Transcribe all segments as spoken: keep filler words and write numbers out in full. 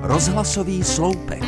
Rozhlasový sloupek.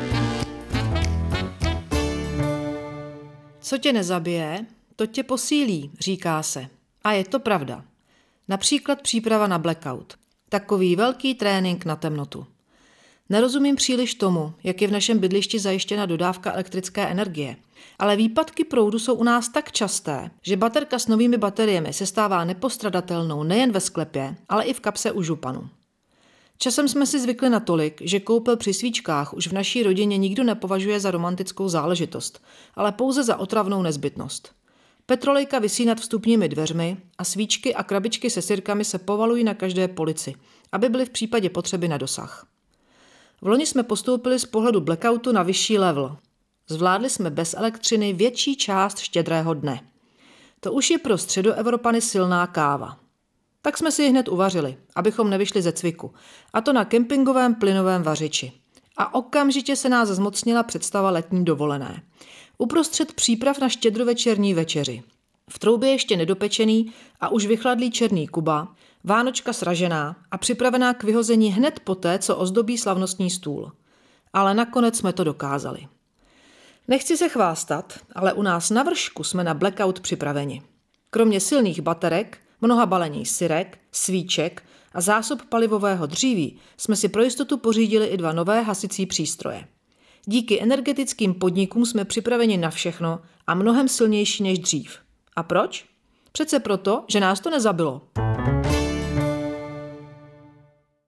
Co tě nezabije, to tě posílí, říká se. A je to pravda. Například příprava na blackout. Takový velký trénink na temnotu. Nerozumím příliš tomu, jak je v našem bydlišti zajištěna dodávka elektrické energie. Ale výpadky proudu jsou u nás tak časté, že baterka s novými bateriemi se stává nepostradatelnou nejen ve sklepě, ale i v kapse u županu. Časem jsme si zvykli natolik, že koupel při svíčkách už v naší rodině nikdo nepovažuje za romantickou záležitost, ale pouze za otravnou nezbytnost. Petrolejka visí nad vstupními dveřmi a svíčky a krabičky se sirkami se povalují na každé polici, aby byly v případě potřeby na dosah. V loni jsme postoupili z pohledu blackoutu na vyšší level. Zvládli jsme bez elektřiny větší část štědrého dne. To už je pro středoevropany silná káva. Tak jsme si ji hned uvařili, abychom nevyšli ze cviku, a to na kempingovém plynovém vařiči. A okamžitě se nás zmocnila představa letní dovolené. Uprostřed příprav na štědrovečerní večeři. V troubě ještě nedopečený a už vychladlý černý kuba, vánočka sražená a připravená k vyhození hned poté, co ozdobí slavnostní stůl. Ale nakonec jsme to dokázali. Nechci se chvástat, ale u nás na vršku jsme na blackout připraveni. Kromě silných baterek, mnoha balení syrek, svíček a zásob palivového dříví jsme si pro jistotu pořídili i dva nové hasicí přístroje. Díky energetickým podnikům jsme připraveni na všechno a mnohem silnější než dřív. A proč? Přece proto, že nás to nezabilo.